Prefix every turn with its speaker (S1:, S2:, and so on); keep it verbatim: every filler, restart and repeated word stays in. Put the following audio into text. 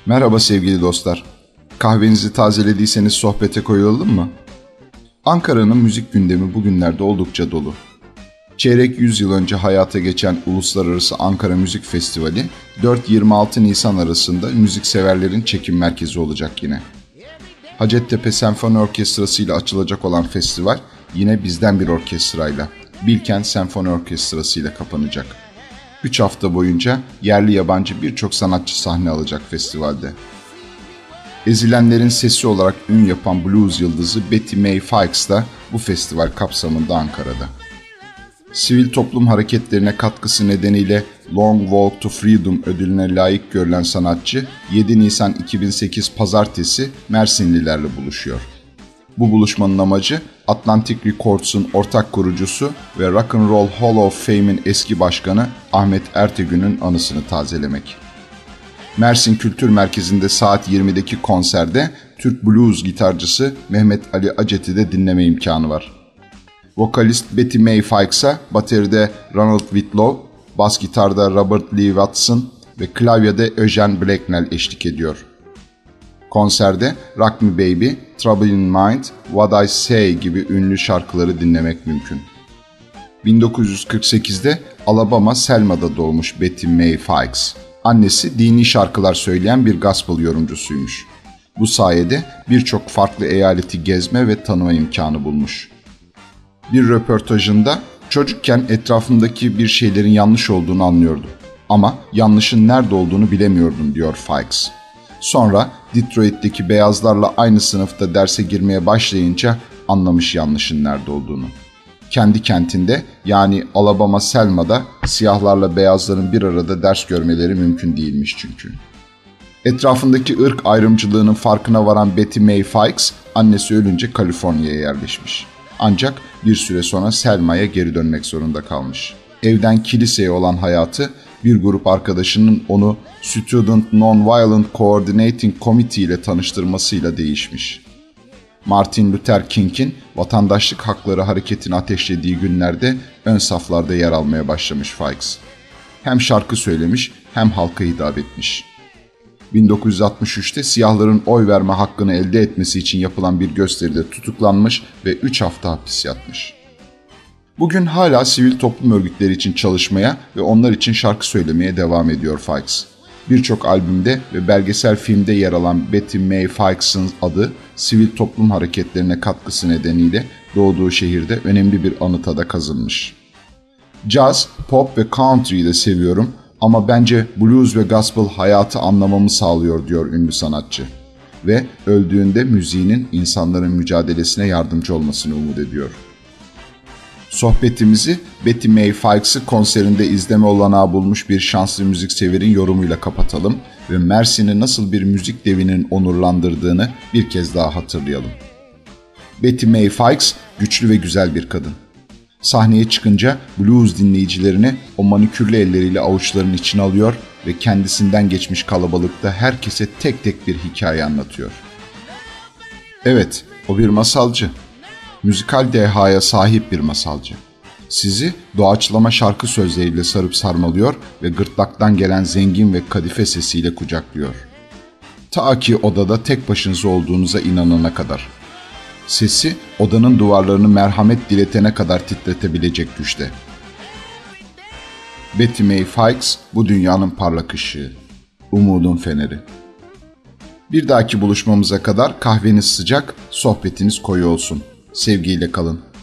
S1: Merhaba sevgili dostlar. Kahvenizi tazelediyseniz sohbete koyulalım mı? Ankara'nın müzik gündemi bugünlerde oldukça dolu. Çeyrek yüzyıl önce hayata geçen Uluslararası Ankara Müzik Festivali dört yirmi altı Nisan arasında müzikseverlerin çekim merkezi olacak yine. Hacettepe Senfoni Orkestrası ile açılacak olan festival yine bizden bir orkestrayla, Bilkent Senfoni Orkestrası ile kapanacak. üç hafta boyunca yerli yabancı birçok sanatçı sahne alacak festivalde. Ezilenlerin sesi olarak ün yapan blues yıldızı Betty Mae Fikes da bu festival kapsamında Ankara'da. Sivil toplum hareketlerine katkısı nedeniyle Long Walk to Freedom ödülüne layık görülen sanatçı yedi Nisan iki bin sekiz Pazartesi Mersinlilerle buluşuyor. Bu buluşmanın amacı Atlantic Records'un ortak kurucusu ve Rock and Roll Hall of Fame'in eski başkanı Ahmet Ertegün'ün anısını tazelemek. Mersin Kültür Merkezi'nde saat yirmideki konserde Türk blues gitarcısı Mehmet Ali Acet'i de dinleme imkanı var. Vokalist Betty Mae Fikes'a bateride Ronald Whitlow, bas gitarda Robert Lee Watson ve klavyede Eugene Blacknell eşlik ediyor. Konserde Rock Me Baby, Trouble in Mind, What I Say gibi ünlü şarkıları dinlemek mümkün. bin dokuz yüz kırk sekizde Alabama Selma'da doğmuş Betty Mae Fikes. Annesi dini şarkılar söyleyen bir gospel yorumcusuymuş. Bu sayede birçok farklı eyaleti gezme ve tanıma imkanı bulmuş. Bir röportajında çocukken etrafımdaki bir şeylerin yanlış olduğunu anlıyordum. Ama yanlışın nerede olduğunu bilemiyordum diyor Fikes. Sonra Detroit'teki beyazlarla aynı sınıfta derse girmeye başlayınca anlamış yanlışın nerede olduğunu. Kendi kentinde yani Alabama Selma'da siyahlarla beyazların bir arada ders görmeleri mümkün değilmiş çünkü. Etrafındaki ırk ayrımcılığının farkına varan Betty Mae Fikes annesi ölünce Kaliforniya'ya yerleşmiş. Ancak bir süre sonra Selma'ya geri dönmek zorunda kalmış. Evden kiliseye olan hayatı bir grup arkadaşının onu Student Nonviolent Coordinating Committee ile tanıştırmasıyla değişmiş. Martin Luther King'in vatandaşlık hakları hareketini ateşlediği günlerde ön saflarda yer almaya başlamış Fikes. Hem şarkı söylemiş hem halka hitap etmiş. bin dokuz yüz altmış üçte siyahların oy verme hakkını elde etmesi için yapılan bir gösteride tutuklanmış ve üç hafta hapis yatmış. Bugün hala sivil toplum örgütleri için çalışmaya ve onlar için şarkı söylemeye devam ediyor Fikes. Birçok albümde ve belgesel filmde yer alan Betty Mae Fikes'ın adı sivil toplum hareketlerine katkısı nedeniyle doğduğu şehirde önemli bir anıta da kazınmış. Caz, pop ve country'yi de seviyorum ama bence blues ve gospel hayatı anlamamı sağlıyor diyor ünlü sanatçı. Ve öldüğünde müziğinin insanların mücadelesine yardımcı olmasını umut ediyor. Sohbetimizi Betty Mae Fikes'ı konserinde izleme olanağı bulmuş bir şanslı müzikseverin yorumuyla kapatalım ve Mersin'i nasıl bir müzik devinin onurlandırdığını bir kez daha hatırlayalım. Betty Mae Fikes güçlü ve güzel bir kadın. Sahneye çıkınca blues dinleyicilerini o manikürlü elleriyle avuçlarının içine alıyor ve kendisinden geçmiş kalabalıkta herkese tek tek bir hikaye anlatıyor. Evet, o bir masalcı. Müzikal dehaya sahip bir masalcı. Sizi doğaçlama şarkı sözleriyle sarıp sarmalıyor ve gırtlaktan gelen zengin ve kadife sesiyle kucaklıyor. Ta ki odada tek başınıza olduğunuza inanana kadar. Sesi odanın duvarlarını merhamet diletene kadar titretebilecek güçte. Betty Mae Fikes bu dünyanın parlak ışığı, umudun feneri. Bir dahaki buluşmamıza kadar kahveniz sıcak, sohbetiniz koyu olsun. Sevgiyle kalın.